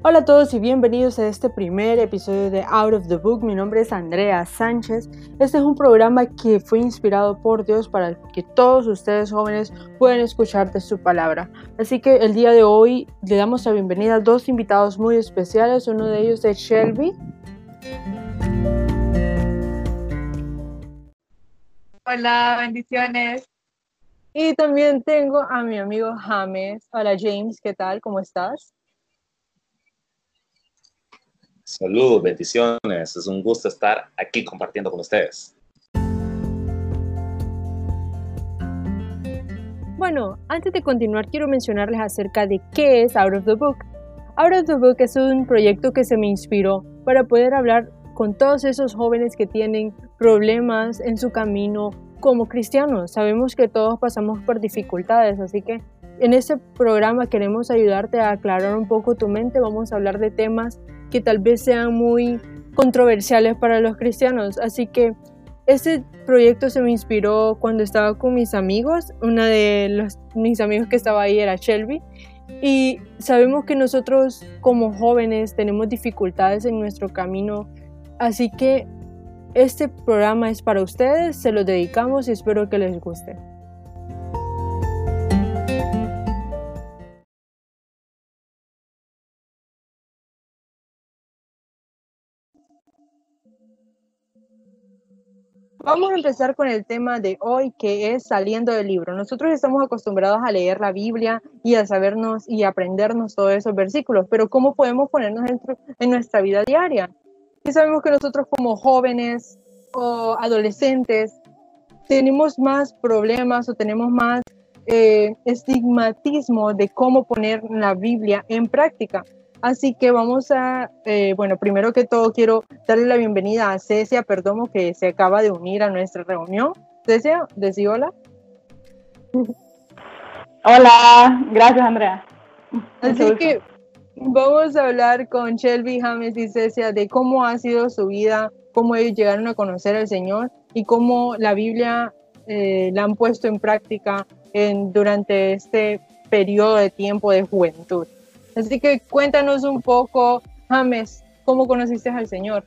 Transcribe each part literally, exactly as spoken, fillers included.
Hola a todos y bienvenidos a este primer episodio de Out of the Book. Mi nombre es Andrea Sánchez. Este es un programa que fue inspirado por Dios para que todos ustedes jóvenes puedan escuchar de su palabra. Así que el día de hoy le damos la bienvenida a dos invitados muy especiales. Uno de ellos es Shelby. Hola, bendiciones. Y también tengo a mi amigo James. Hola James, ¿qué tal? ¿Cómo estás? Saludos, bendiciones. Es un gusto estar aquí compartiendo con ustedes. Bueno, antes de continuar quiero mencionarles acerca de qué es Out of the Book. Out of the Book es un proyecto que se me inspiró para poder hablar con todos esos jóvenes que tienen problemas en su camino como cristianos. Sabemos que todos pasamos por dificultades, así que en este programa queremos ayudarte a aclarar un poco tu mente. Vamos a hablar de temas que tal vez sean muy controversiales para los cristianos, así que este proyecto se me inspiró cuando estaba con mis amigos. Una de los, mis amigos que estaba ahí era Shelby, y sabemos que nosotros como jóvenes tenemos dificultades en nuestro camino, así que este programa es para ustedes, se lo dedicamos y espero que les guste. Vamos a empezar con el tema de hoy, que es saliendo del libro. Nosotros estamos acostumbrados a leer la Biblia y a sabernos y aprendernos todos esos versículos, pero ¿cómo podemos ponernos dentro en nuestra vida diaria? Y sabemos que nosotros como jóvenes o adolescentes tenemos más problemas o tenemos más eh, estigmatismo de cómo poner la Biblia en práctica. Así que vamos a, eh, bueno, primero que todo quiero darle la bienvenida a Cecia Perdomo, que se acaba de unir a nuestra reunión. Cecia, decí hola. Hola, gracias Andrea. Así que vamos a hablar con Shelby, James y Cecia de cómo ha sido su vida, cómo ellos llegaron a conocer al Señor y cómo la Biblia eh, la han puesto en práctica en, durante este periodo de tiempo de juventud. Así que cuéntanos un poco, James, ¿cómo conociste al Señor?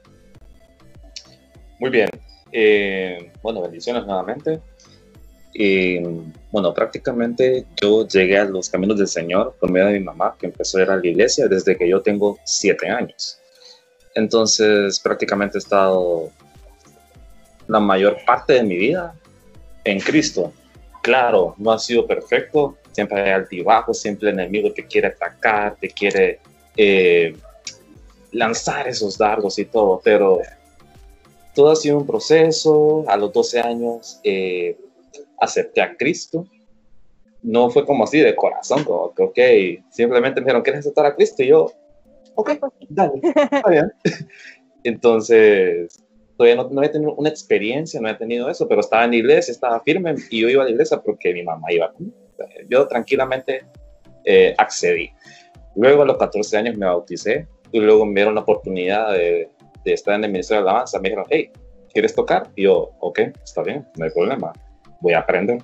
Muy bien. Eh, bueno, bendiciones nuevamente. Y bueno, prácticamente yo llegué a los caminos del Señor por medio de mi mamá, que empezó a ir a la iglesia desde que yo tengo siete años. Entonces, prácticamente he estado la mayor parte de mi vida en Cristo. Claro, no ha sido perfecto. Siempre hay altibajos, siempre el enemigo te quiere atacar, te quiere eh, lanzar esos dardos y todo, pero todo ha sido un proceso. A los doce años eh, acepté a Cristo. No fue como así de corazón, como que, ok, simplemente me dijeron, ¿quieres aceptar a Cristo? Y yo, ok, dale, está bien. Entonces, todavía no, no había tenido una experiencia, no había tenido eso, pero estaba en la iglesia, estaba firme y yo iba a la iglesia porque mi mamá iba conmigo. Yo tranquilamente eh, accedí. Luego a los catorce años me bauticé y luego me dieron la oportunidad de, de estar en el ministerio de alabanza. Me dijeron, hey, ¿quieres tocar? Y yo, ok, está bien, no hay problema, voy a aprender.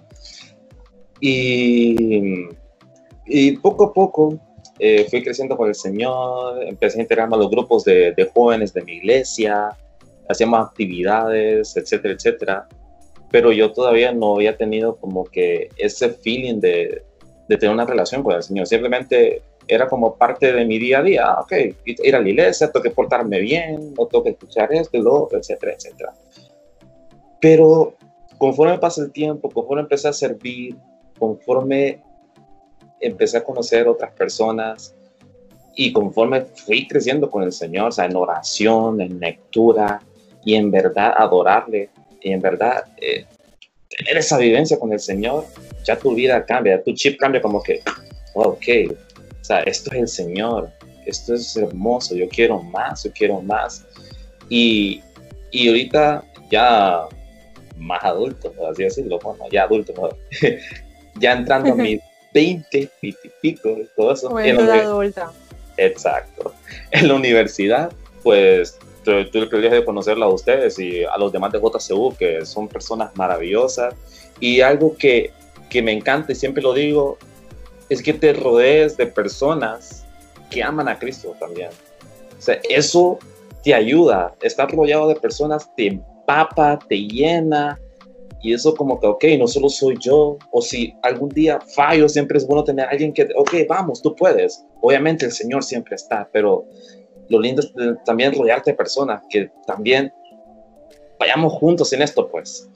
Y, y poco a poco eh, fui creciendo con el Señor, empecé a integrarme a los grupos de, de jóvenes de mi iglesia, hacíamos actividades, etcétera, etcétera. Pero yo todavía no había tenido como que ese feeling de, de tener una relación con el Señor. Simplemente era como parte de mi día a día. Ah, ok, ir a la iglesia, tengo que portarme bien, no tengo que escuchar esto y lo otro, etcétera, etcétera. Pero conforme pasa el tiempo, conforme empecé a servir, conforme empecé a conocer otras personas y conforme fui creciendo con el Señor, o sea, en oración, en lectura y en verdad adorarle, y en verdad eh, tener esa vivencia con el Señor, ya tu vida cambia, tu chip cambia como que, oh, ok, o sea, esto es el Señor, esto es hermoso, yo quiero más, yo quiero más. Y, y ahorita ya más adulto, por así decirlo, bueno, ya adulto, ¿no? Ya entrando a mis veinte, veinte y pico, todo eso. Bueno, la adulta. Exacto. En la universidad, pues tuve el privilegio de conocerla a ustedes y a los demás de J C U, que son personas maravillosas. Y algo que, que me encanta y siempre lo digo, es que te rodees de personas que aman a Cristo también. O sea, eso te ayuda, estar rodeado de personas te empapa, te llena, y eso como que, ok, no solo soy yo, o si algún día fallo, siempre es bueno tener a alguien que, ok, vamos, tú puedes. Obviamente el Señor siempre está, pero lo lindo es también rodearte de personas que también vayamos juntos en esto, pues.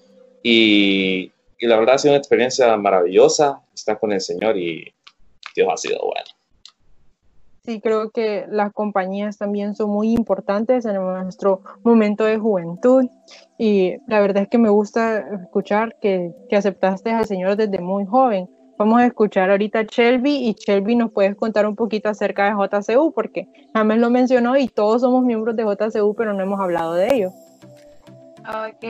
Y, y la verdad ha sido una experiencia maravillosa estar con el Señor y Dios ha sido bueno. Sí, creo que las compañías también son muy importantes en nuestro momento de juventud y la verdad es que me gusta escuchar que, que aceptaste al Señor desde muy joven. Vamos a escuchar ahorita a Shelby y Shelby nos puedes contar un poquito acerca de J C U porque James lo mencionó y todos somos miembros de J C U pero no hemos hablado de ello. Ok,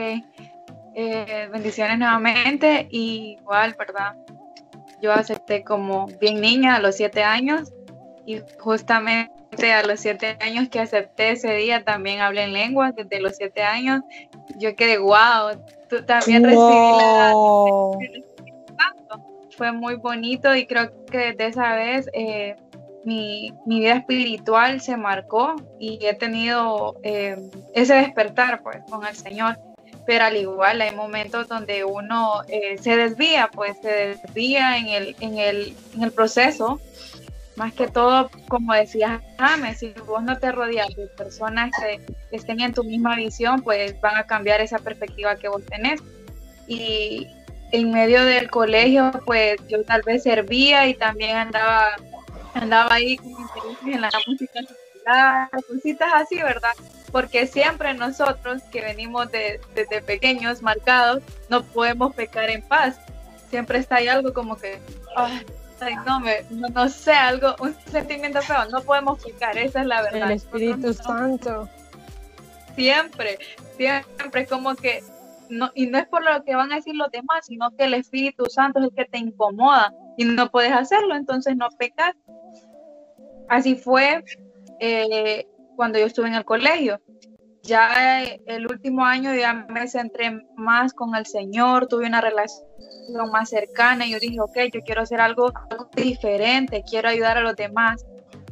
eh, bendiciones nuevamente y igual, ¿verdad? Yo acepté como bien niña a los siete años. Y justamente a los siete años que acepté ese día también hablé en lenguas, desde los siete años. Yo quedé, wow, tú también wow. recibí la... Fue muy bonito y creo que desde esa vez eh, mi, mi vida espiritual se marcó y he tenido eh, ese despertar pues con el Señor. Pero al igual hay momentos donde uno eh, se desvía, pues se desvía en el, en el, en el proceso. Más que todo, como decía James, si vos no te rodeas de personas que estén en tu misma visión, pues van a cambiar esa perspectiva que vos tenés. Y en medio del colegio, pues yo tal vez servía y también andaba, andaba ahí con intereses en la música secular, cositas así, ¿verdad? Porque siempre nosotros que venimos de, desde pequeños, marcados, no podemos pecar en paz. Siempre está ahí algo como que... Oh, Ay, no, me, no, no sé, algo, un sentimiento feo, no podemos pecar, esa es la verdad. El Espíritu Nosotros, Santo. Siempre, siempre es como que, no, y no es por lo que van a decir los demás, sino que el Espíritu Santo es el que te incomoda y no puedes hacerlo, entonces no pecas. Así fue eh, cuando yo estuve en el colegio. Ya el último año ya me centré más con el Señor, tuve una relación más cercana y yo dije, ok, yo quiero hacer algo, algo diferente, quiero ayudar a los demás.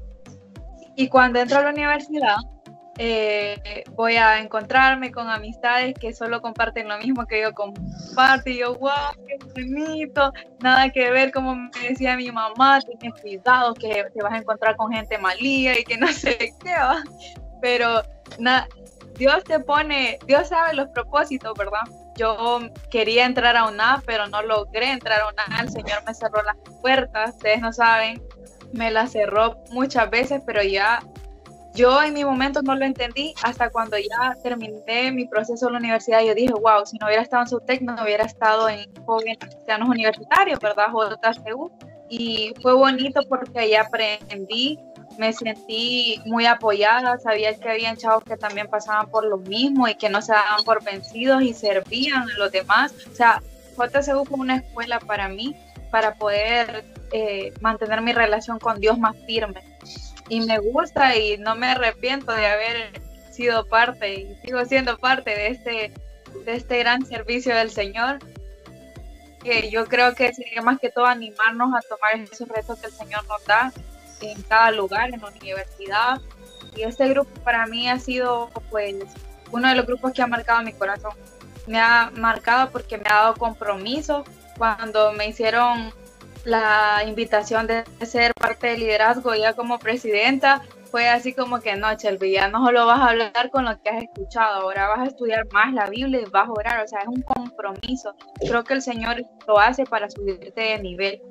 Y cuando entro a la universidad, eh, voy a encontrarme con amistades que solo comparten lo mismo que yo comparto y yo, wow, qué bonito, nada que ver, como me decía mi mamá, tienes cuidado que te vas a encontrar con gente malía y que no sé qué va, pero nada. Dios te pone, Dios sabe los propósitos, ¿verdad? Yo quería entrar a U N A, pero no logré entrar a U N A, el Señor me cerró las puertas, ustedes no saben, me las cerró muchas veces, pero ya yo en mi momento no lo entendí hasta cuando ya terminé mi proceso en la universidad. Yo dije, wow, si no hubiera estado en SUTEC, no hubiera estado en Jóvenes Cristianos Universitarios, ¿verdad? J C U. Y fue bonito porque ahí aprendí, me sentí muy apoyada, sabía que había chavos que también pasaban por lo mismo y que no se daban por vencidos y servían a los demás. O sea, J C U fue una escuela para mí, para poder eh, mantener mi relación con Dios más firme. Y me gusta y no me arrepiento de haber sido parte y sigo siendo parte de este, de este gran servicio del Señor. Que yo creo que sería más que todo animarnos a tomar esos retos que el Señor nos da en cada lugar, en la universidad. Y este grupo para mí ha sido pues uno de los grupos que ha marcado mi corazón. Me ha marcado porque me ha dado compromiso. Cuando me hicieron la invitación de ser parte del liderazgo ya como presidenta, fue así como que no, Shelby, ya no solo vas a hablar con lo que has escuchado, ahora vas a estudiar más la Biblia y vas a orar, o sea, es un compromiso. Creo que el Señor lo hace para subirte de nivel.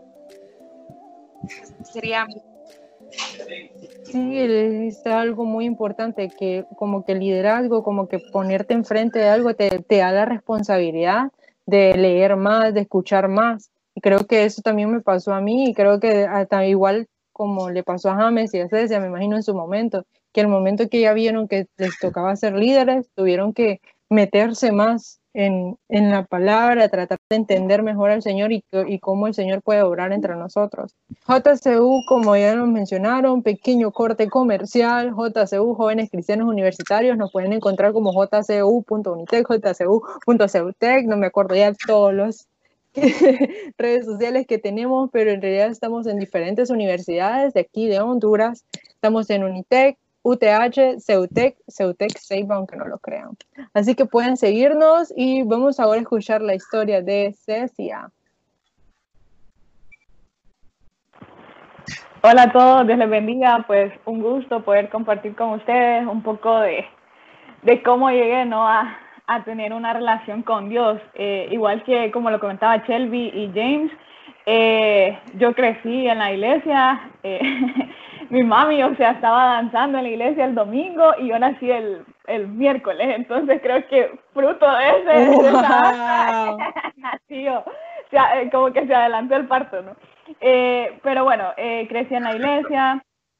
Sería mi... Sí, es algo muy importante, que como que el liderazgo, como que ponerte enfrente de algo te, te da la responsabilidad de leer más, de escuchar más. Y creo que eso también me pasó a mí y creo que hasta igual como le pasó a James y a Cecia, me imagino en su momento, que el momento que ya vieron que les tocaba ser líderes, tuvieron que meterse más en, en la palabra, tratar de entender mejor al Señor y, y cómo el Señor puede obrar entre nosotros. J C U, como ya nos mencionaron, pequeño corte comercial, J C U, Jóvenes Cristianos Universitarios, nos pueden encontrar como j c u punto unitec, j c u punto ceutec, no me acuerdo ya todos los redes sociales que tenemos, pero en realidad estamos en diferentes universidades de aquí de Honduras. Estamos en Unitec, U T H, Ceutec, Ceutec Ceiba, aunque no lo crean. Así que pueden seguirnos y vamos ahora a escuchar la historia de Cecia. Hola a todos, Dios les bendiga. Pues un gusto poder compartir con ustedes un poco de, de cómo llegué, ¿no? a, a tener una relación con Dios. Eh, igual que como lo comentaba Shelby y James, eh, yo crecí en la iglesia. Eh, mi mami, o sea, estaba danzando en la iglesia el domingo y yo nací el, el miércoles. Entonces creo que fruto de, ese, Wow. de esa danza nací yo. O sea, eh, como que se adelantó el parto, ¿no? Eh, pero bueno, eh, crecí en la iglesia.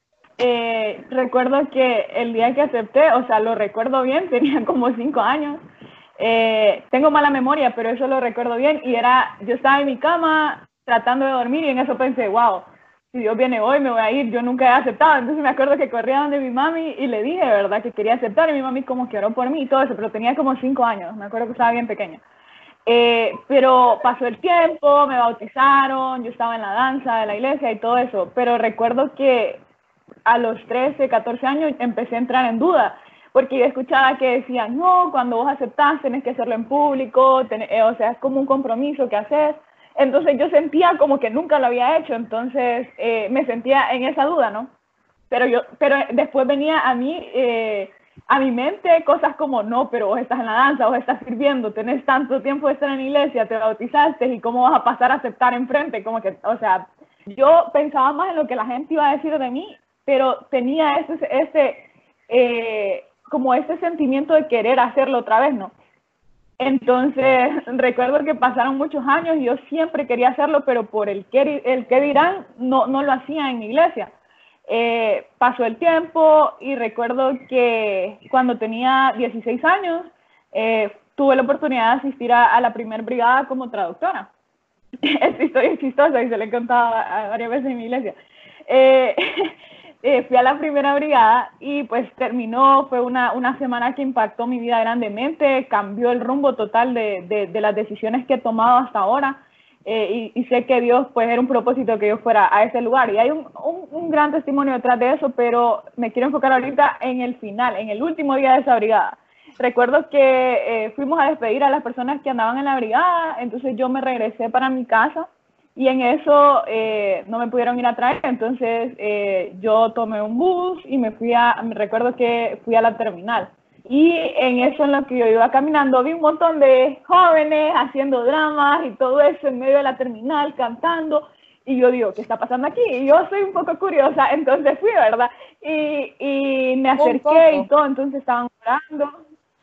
Eh, recuerdo que el día que acepté, o sea, lo recuerdo bien, tenía como cinco años. Eh, tengo mala memoria, pero eso lo recuerdo bien. Y era, yo estaba en mi cama tratando de dormir y en eso pensé, wow, si Dios viene hoy me voy a ir, yo nunca he aceptado. Entonces me acuerdo que corría donde mi mami y le dije, ¿verdad?, que quería aceptar. Y mi mami como que oró por mí y todo eso, pero tenía como cinco años, me acuerdo que estaba bien pequeña. Eh, pero pasó el tiempo, me bautizaron, yo estaba en la danza de la iglesia y todo eso, pero recuerdo que a los trece, catorce años empecé a entrar en duda, porque yo escuchaba que decían, no, cuando vos aceptás tenés que hacerlo en público, tenés, eh, o sea, es como un compromiso que haces. Entonces yo sentía como que nunca lo había hecho, entonces eh, me sentía en esa duda, ¿no? Pero yo, pero después venía a mí... Eh, a mi mente cosas como, no, pero vos estás en la danza, vos estás sirviendo, tenés tanto tiempo de estar en la iglesia, te bautizaste y cómo vas a pasar a aceptar enfrente, como que, o sea, yo pensaba más en lo que la gente iba a decir de mí, pero tenía ese, ese eh, como ese sentimiento de querer hacerlo otra vez, ¿no? Entonces, recuerdo que pasaron muchos años y yo siempre quería hacerlo, pero por el que, el que dirán, no, no lo hacía en mi iglesia. Eh, pasó el tiempo y recuerdo que cuando tenía dieciséis años eh, tuve la oportunidad de asistir a, a la primer brigada como traductora. Esta historia es chistosa y se le he contado a, a varias veces en mi iglesia. Eh, eh, fui a la primera brigada y pues terminó, fue una, una semana que impactó mi vida grandemente, cambió el rumbo total de, de, de las decisiones que he tomado hasta ahora. Eh, y, y sé que Dios, pues, era un propósito que yo fuera a ese lugar. Y hay un, un, un gran testimonio detrás de eso, pero me quiero enfocar ahorita en el final, en el último día de esa brigada. Recuerdo que eh, fuimos a despedir a las personas que andaban en la brigada, entonces yo me regresé para mi casa y en eso eh, no me pudieron ir a traer, entonces eh, yo tomé un bus y me fui a, me recuerdo que fui a la terminal. Y en eso, en lo que yo iba caminando, vi un montón de jóvenes haciendo dramas y todo eso en medio de la terminal, cantando. Y yo digo, ¿qué está pasando aquí? Y yo soy un poco curiosa, entonces fui, ¿verdad? Y, y me acerqué y todo, entonces estaban orando.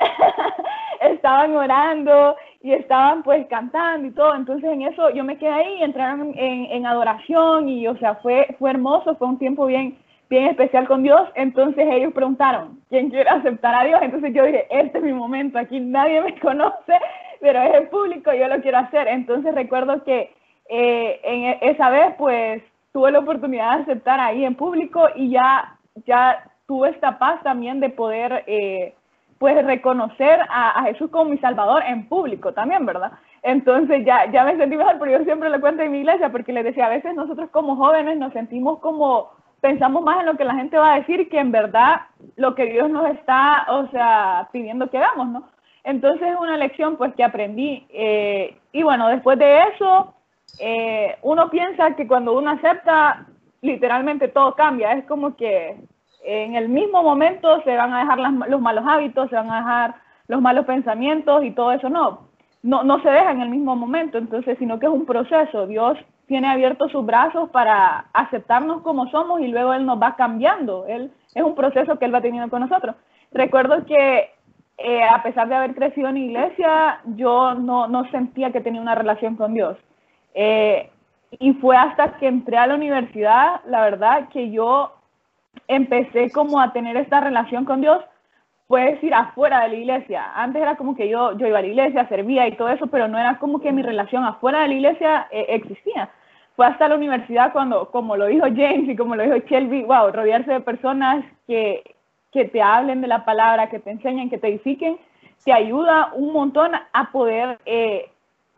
Estaban orando y estaban pues cantando y todo. Entonces en eso yo me quedé ahí, entraron en, en adoración y, o sea, fue, fue hermoso, fue un tiempo bien bien especial con Dios. Entonces ellos preguntaron, ¿quién quiere aceptar a Dios? Entonces yo dije, este es mi momento, aquí nadie me conoce, pero es el público, yo lo quiero hacer. Entonces recuerdo que eh, en esa vez pues tuve la oportunidad de aceptar ahí en público y ya, ya tuve esta paz también de poder eh, pues reconocer a, a Jesús como mi Salvador en público también, ¿verdad? Entonces ya, ya me sentí mejor, pero yo siempre lo cuento en mi iglesia porque les decía, a veces nosotros como jóvenes nos sentimos como pensamos más en lo que la gente va a decir que en verdad lo que Dios nos está, o sea, pidiendo que hagamos, ¿no? Entonces es una lección pues que aprendí. Eh, y bueno, después de eso, eh, uno piensa que cuando uno acepta, literalmente todo cambia. Es como que en el mismo momento se van a dejar las, los malos hábitos, se van a dejar los malos pensamientos y todo eso. No, no, no se deja en el mismo momento, entonces, sino que es un proceso. Dios tiene abiertos sus brazos para aceptarnos como somos y luego Él nos va cambiando. Él, es un proceso que Él va teniendo con nosotros. Recuerdo que eh, a pesar de haber crecido en iglesia, yo no, no sentía que tenía una relación con Dios. Eh, y fue hasta que entré a la universidad, la verdad, que yo empecé como a tener esta relación con Dios, puedes ir afuera de la iglesia. Antes era como que yo, yo iba a la iglesia, servía y todo eso, pero no era como que mi relación afuera de la iglesia eh, existía. Fue hasta la universidad cuando, como lo dijo James y como lo dijo Shelby, wow, rodearse de personas que, que te hablen de la palabra, que te enseñen, que te edifiquen, te ayuda un montón a poder eh,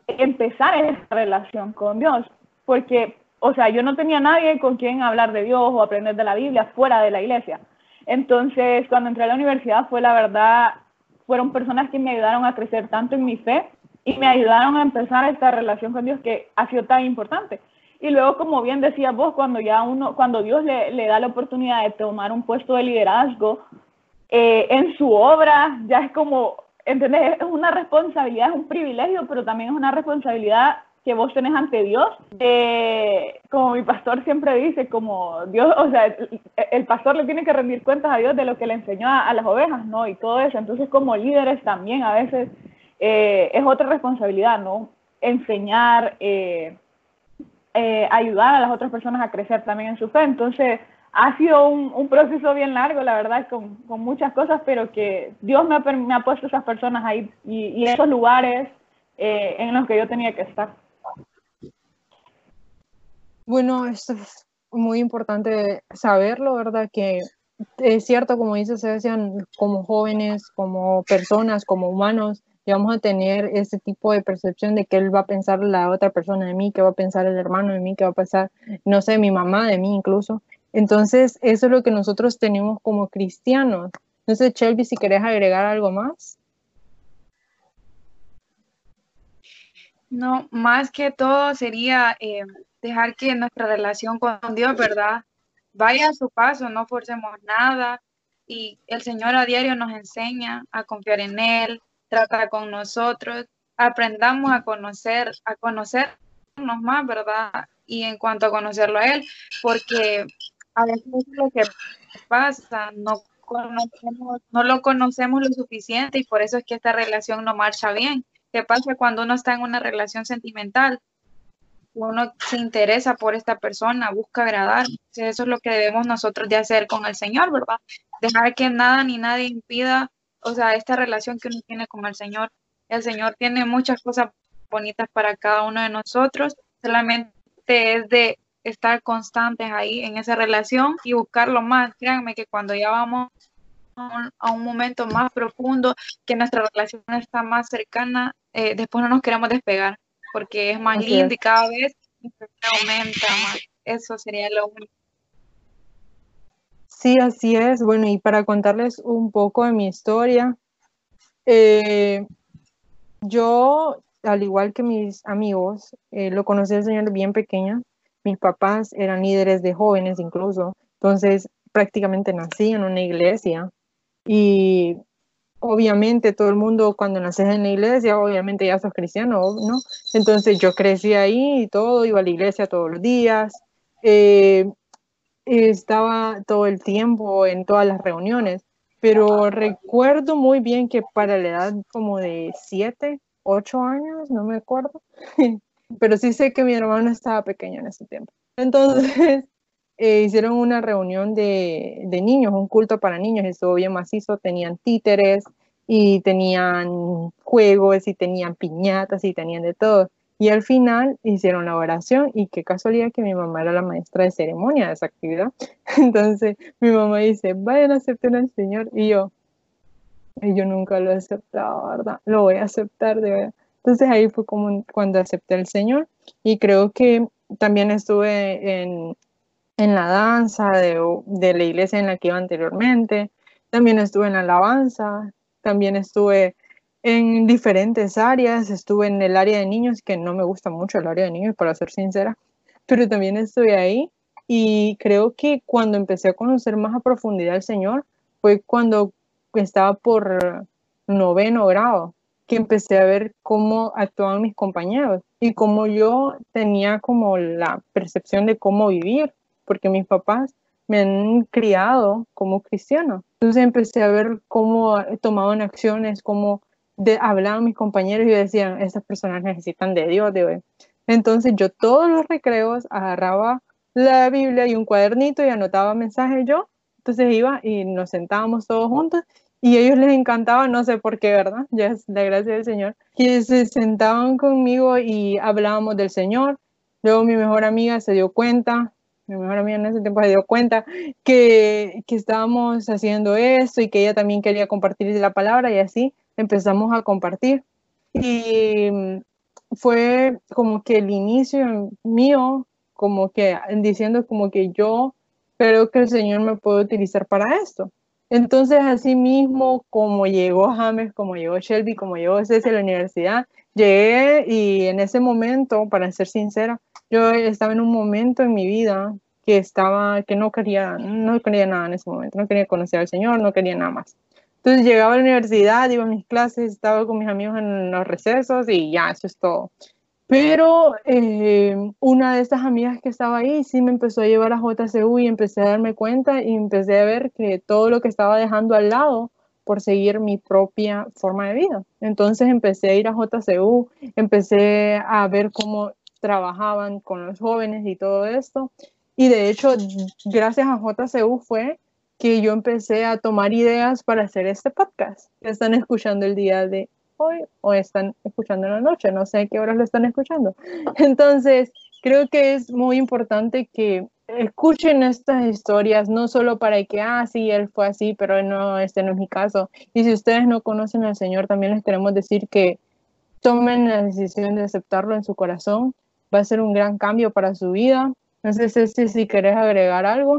empezar esa relación con Dios, porque, o sea, yo no tenía nadie con quien hablar de Dios o aprender de la Biblia fuera de la iglesia. Entonces, cuando entré a la universidad, fue la verdad, fueron personas que me ayudaron a crecer tanto en mi fe y me ayudaron a empezar esta relación con Dios que ha sido tan importante. Y luego, como bien decías vos, cuando ya uno, cuando Dios le, le da la oportunidad de tomar un puesto de liderazgo eh, en su obra, ya es como, ¿entendés? Es una responsabilidad, es un privilegio, pero también es una responsabilidad que vos tenés ante Dios, de, como mi pastor siempre dice, como Dios, o sea, el, el pastor le tiene que rendir cuentas a Dios de lo que le enseñó a, a las ovejas, ¿no? Y todo eso. Entonces, como líderes también a veces eh, es otra responsabilidad, ¿no? Enseñar, eh, eh, ayudar a las otras personas a crecer también en su fe. Entonces, ha sido un, un proceso bien largo, la verdad, con, con muchas cosas, pero que Dios me ha, me ha puesto esas personas ahí y, y esos lugares eh, en los que yo tenía que estar. Bueno, esto es muy importante saberlo, ¿verdad? Que es cierto, como dice Sebastián, como jóvenes, como personas, como humanos, vamos a tener ese tipo de percepción de que él va a pensar la otra persona de mí, que va a pensar el hermano de mí, que va a pensar, no sé, mi mamá de mí incluso. Entonces, eso es lo que nosotros tenemos como cristianos. No sé, Shelby, si querés agregar algo más. No, más que todo sería eh, dejar que nuestra relación con Dios, ¿verdad? Vaya a su paso, no forcemos nada y el Señor a diario nos enseña a confiar en Él, trata con nosotros, aprendamos a conocer, a conocernos más, ¿verdad? Y en cuanto a conocerlo a Él, porque a veces es lo que pasa, no conocemos, no lo conocemos lo suficiente y por eso es que esta relación no marcha bien. ¿Qué pasa cuando uno está en una relación sentimental? Uno se interesa por esta persona, busca agradar. Entonces, eso es lo que debemos nosotros de hacer con el Señor, ¿verdad? Dejar que nada ni nadie impida, o sea, esta relación que uno tiene con el Señor. El Señor tiene muchas cosas bonitas para cada uno de nosotros, solamente es de estar constantes ahí en esa relación y buscarlo más. Créanme que cuando ya vamos a un, a un momento más profundo, que nuestra relación está más cercana, eh, después no nos queremos despegar, porque es más Así lindo es. y cada vez aumenta más. Eso sería lo único. Sí, así es. Bueno, y para contarles un poco de mi historia, eh, yo, al igual que mis amigos, eh, lo conocí al Señor bien pequeña. Mis papás eran líderes de jóvenes incluso, entonces prácticamente nací en una iglesia y obviamente todo el mundo cuando naces en la iglesia, obviamente ya sos cristiano, ¿no? Entonces yo crecí ahí y todo, iba a la iglesia todos los días. Eh, Estaba todo el tiempo en todas las reuniones, pero recuerdo muy bien que para la edad como de siete, ocho años, no me acuerdo, pero sí sé que mi hermano estaba pequeño en ese tiempo. Entonces eh, hicieron una reunión de, de niños, un culto para niños, y estuvo bien macizo, tenían títeres y tenían juegos y tenían piñatas y tenían de todo. Y al final hicieron la oración y qué casualidad que mi mamá era la maestra de ceremonia de esa actividad. Entonces mi mamá dice, vayan a aceptar al Señor. Y yo, y yo nunca lo he aceptado, ¿verdad? Lo voy a aceptar de verdad. Entonces ahí fue como cuando acepté al Señor y creo que también estuve en, en la danza de, de la iglesia en la que iba anteriormente, también estuve en la alabanza, también estuve en diferentes áreas, estuve en el área de niños, que no me gusta mucho el área de niños, para ser sincera, pero también estuve ahí y creo que cuando empecé a conocer más a profundidad al Señor fue cuando estaba por noveno grado, que empecé a ver cómo actuaban mis compañeros y cómo yo tenía como la percepción de cómo vivir, porque mis papás me han criado como cristiano. Entonces empecé a ver cómo tomaban acciones, cómo de, hablaban mis compañeros y decían, estas personas necesitan de Dios, de hoy. Entonces yo todos los recreos agarraba la Biblia y un cuadernito y anotaba mensajes yo. Entonces iba y nos sentábamos todos juntos y a ellos les encantaba, no sé por qué, ¿verdad? Ya es la gracia del Señor, que se sentaban conmigo y hablábamos del Señor. Luego mi mejor amiga se dio cuenta, mi mejor amiga en ese tiempo se dio cuenta que, que estábamos haciendo esto y que ella también quería compartir la palabra y así empezamos a compartir. Y fue como que el inicio mío, como que diciendo como que yo creo que el Señor me puede utilizar para esto. Entonces, así mismo, como llegó James, como llegó Shelby, como llegó Ceci a la universidad, llegué y en ese momento, para ser sincera, yo estaba en un momento en mi vida que estaba, que no quería, no quería nada en ese momento, no quería conocer al Señor, no quería nada más. Entonces llegaba a la universidad, iba a mis clases, estaba con mis amigos en los recesos y ya, eso es todo. Pero eh, una de estas amigas que estaba ahí sí me empezó a llevar a J C U y empecé a darme cuenta y empecé a ver que todo lo que estaba dejando al lado por seguir mi propia forma de vida. Entonces empecé a ir a J C U, empecé a ver cómo trabajaban con los jóvenes y todo esto. Y de hecho, gracias a J C U fue que yo empecé a tomar ideas para hacer este podcast que están escuchando el día de hoy o están escuchando en la noche, no sé a qué horas lo están escuchando. Entonces, creo que es muy importante que escuchen estas historias, no solo para que, ah, sí, él fue así, pero no, este no es mi caso. Y si ustedes no conocen al Señor, también les queremos decir que tomen la decisión de aceptarlo en su corazón. Va a ser un gran cambio para su vida. No sé si, si querés agregar algo.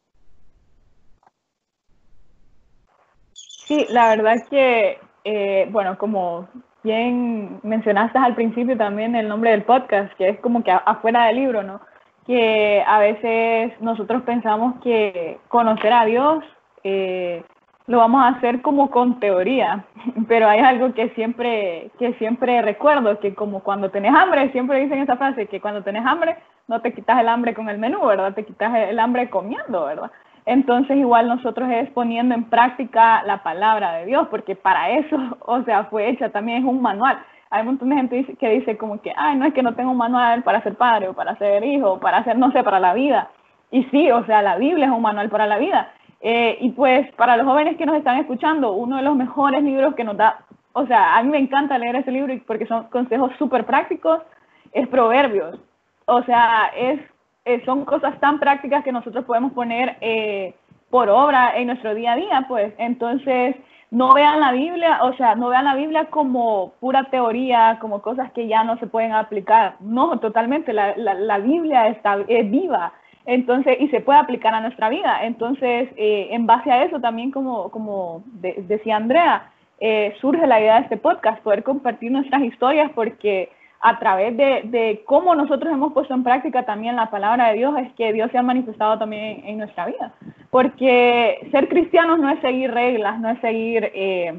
Sí, la verdad que, eh, bueno, como bien mencionaste al principio también el nombre del podcast, que es como que afuera del libro, ¿no? Que a veces nosotros pensamos que conocer a Dios eh, lo vamos a hacer como con teoría, pero hay algo que siempre, que siempre recuerdo, que como cuando tenés hambre, siempre dicen esa frase, que cuando tenés hambre no te quitas el hambre con el menú, ¿verdad? Te quitas el hambre comiendo, ¿verdad? Entonces igual nosotros es poniendo en práctica la palabra de Dios, porque para eso, o sea, fue hecha, también es un manual. Hay un montón de gente que dice como que, ay, no es que no tengo un manual para ser padre o para ser hijo, o para ser, no sé, para la vida. Y sí, o sea, la Biblia es un manual para la vida. Eh, y pues para los jóvenes que nos están escuchando, uno de los mejores libros que nos da, o sea, a mí me encanta leer ese libro porque son consejos súper prácticos, es Proverbios. O sea, es Eh, son cosas tan prácticas que nosotros podemos poner eh, por obra en nuestro día a día, pues. Entonces, no vean la Biblia, o sea, no vean la Biblia como pura teoría, como cosas que ya no se pueden aplicar. No, totalmente, la, la, la Biblia está es viva, entonces, y se puede aplicar a nuestra vida. Entonces, eh, en base a eso también, como, como de, decía Andrea, eh, surge la idea de este podcast, poder compartir nuestras historias, porque a través de, de cómo nosotros hemos puesto en práctica también la palabra de Dios, es que Dios se ha manifestado también en nuestra vida. Porque ser cristianos no es seguir reglas, no es seguir eh,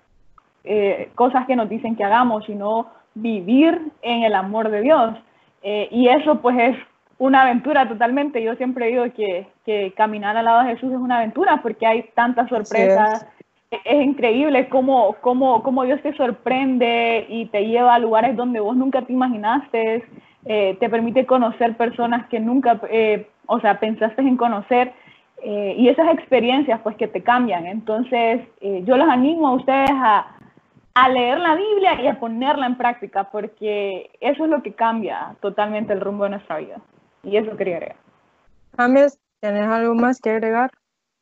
eh, cosas que nos dicen que hagamos, sino vivir en el amor de Dios. Eh, y eso pues es una aventura totalmente. Yo siempre digo que, que caminar al lado de Jesús es una aventura porque hay tantas sorpresas. Es increíble cómo, cómo, cómo Dios te sorprende y te lleva a lugares donde vos nunca te imaginaste, eh, te permite conocer personas que nunca, eh, o sea, pensaste en conocer, eh, y esas experiencias pues que te cambian. Entonces, eh, yo los animo a ustedes a, a leer la Biblia y a ponerla en práctica, porque eso es lo que cambia totalmente el rumbo de nuestra vida. Y eso quería agregar. James, ¿tienes algo más que agregar?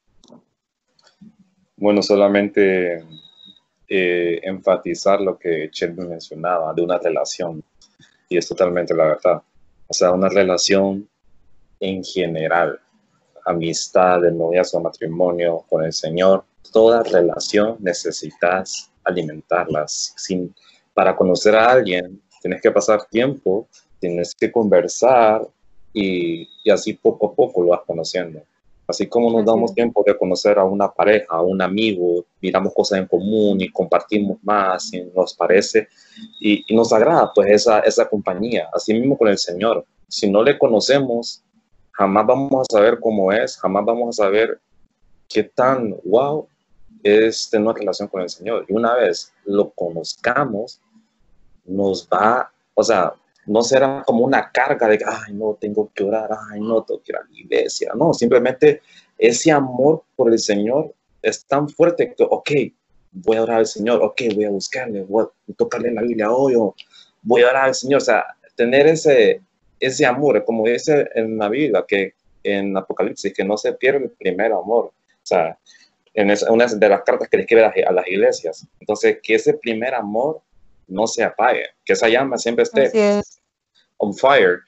Bueno, solamente eh, enfatizar lo que Shelby mencionaba de una relación, y es totalmente la verdad. O sea, una relación en general, amistad, de noviazgo, matrimonio con el Señor, toda relación necesitas alimentarlas. Sin, para conocer a alguien, tienes que pasar tiempo, tienes que conversar y, y así poco a poco lo vas conociendo. Así como nos damos tiempo de conocer a una pareja, a un amigo, miramos cosas en común y compartimos más y nos parece y, y nos agrada pues esa, esa compañía. Así mismo con el Señor. Si no le conocemos, jamás vamos a saber cómo es, jamás vamos a saber qué tan wow es tener una relación con el Señor. Y una vez lo conozcamos, nos va, o sea, no será como una carga de, ay, no, tengo que orar, ay, no, tengo que ir a la iglesia. No, simplemente ese amor por el Señor es tan fuerte que, ok, voy a orar al Señor, ok, voy a buscarle, voy a tocarle la Biblia hoy, o voy a orar al Señor. O sea, tener ese, ese amor, como dice en la Biblia, que en Apocalipsis, que no se pierde el primer amor. O sea, en esa, una de las cartas que le escribe a las iglesias. Entonces, que ese primer amor no se apague, que esa llama siempre esté Así es. on fire.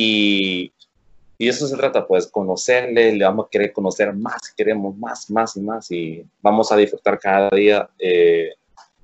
Y, y eso se trata, pues, conocerle, le vamos a querer conocer más, queremos más, más y más, y vamos a disfrutar cada día eh,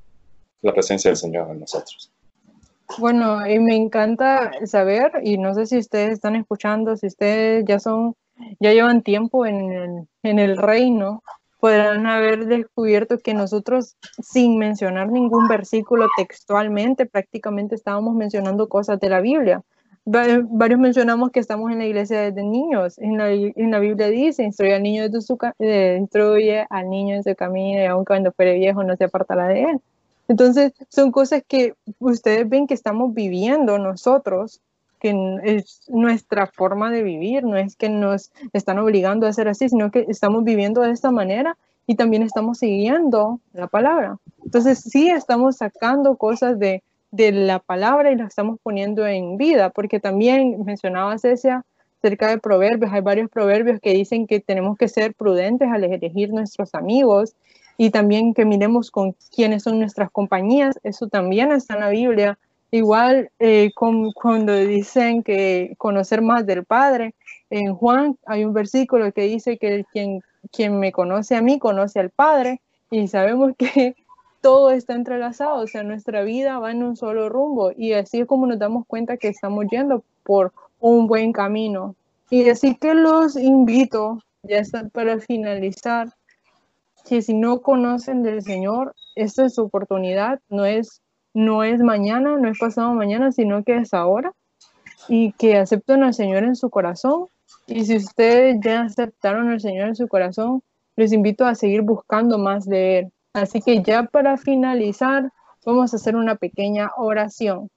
la presencia del Señor en nosotros. Bueno, y me encanta saber, y no sé si ustedes están escuchando, si ustedes ya son, ya llevan tiempo en el, en el reino, podrán haber descubierto que nosotros, sin mencionar ningún versículo textualmente, prácticamente estábamos mencionando cosas de la Biblia. Va- Varios mencionamos que estamos en la iglesia desde niños. En la, en la Biblia dice, instruye al niño de su, ca- eh, instruye al niño en su camino, y aun cuando fuere viejo no se apartará de él. Entonces, son cosas que ustedes ven que estamos viviendo nosotros, que n- es nuestra forma de vivir, no es que nos están obligando a hacer así, sino que estamos viviendo de esta manera y también estamos siguiendo la palabra. Entonces, sí estamos sacando cosas de, de la palabra y las estamos poniendo en vida, porque también mencionaba Cecia acerca de proverbios, hay varios proverbios que dicen que tenemos que ser prudentes al elegir nuestros amigos y también que miremos con quiénes son nuestras compañías, eso también está en la Biblia. Igual eh, con, cuando dicen que conocer más del Padre, en Juan hay un versículo que dice que quien, quien me conoce a mí conoce al Padre, y sabemos que todo está entrelazado, o sea, nuestra vida va en un solo rumbo, y así es como nos damos cuenta que estamos yendo por un buen camino. Y así que los invito, ya está para finalizar, que si no conocen del Señor, esta es su oportunidad, no es, no es mañana, no es pasado mañana, sino que es ahora, y que acepten al Señor en su corazón. Y si ustedes ya aceptaron al Señor en su corazón, les invito a seguir buscando más de Él. Así que ya para finalizar, vamos a hacer una pequeña oración.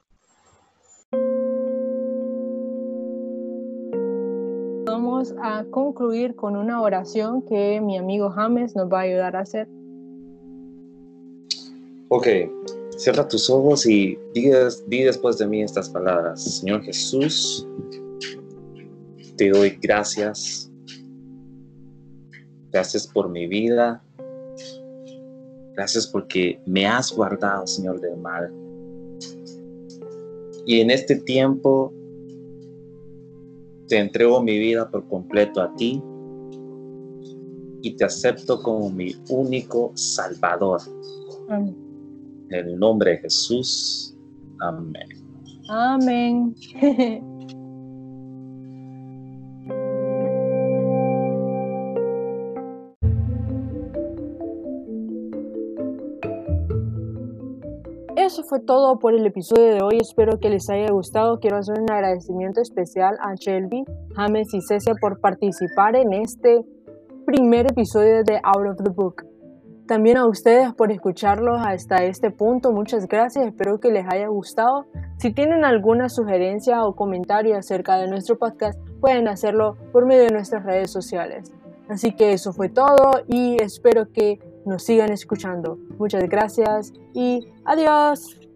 Vamos a concluir con una oración que mi amigo James nos va a ayudar a hacer. Ok, cierra tus ojos y di, di después de mí estas palabras. Señor Jesús, te doy gracias. Gracias por mi vida. Gracias porque me has guardado, Señor, del mal. Y en este tiempo te entrego mi vida por completo a ti y te acepto como mi único Salvador. Amén. En el nombre de Jesús. Amén. Amén. Eso fue todo por el episodio de hoy. Espero que les haya gustado. Quiero hacer un agradecimiento especial a Shelby, James y Cecia por participar en este primer episodio de Out of the Book. También a ustedes por escucharlos hasta este punto. Muchas gracias. Espero que les haya gustado. Si tienen alguna sugerencia o comentario acerca de nuestro podcast, pueden hacerlo por medio de nuestras redes sociales. Así que eso fue todo y espero que nos sigan escuchando. Muchas gracias y adiós.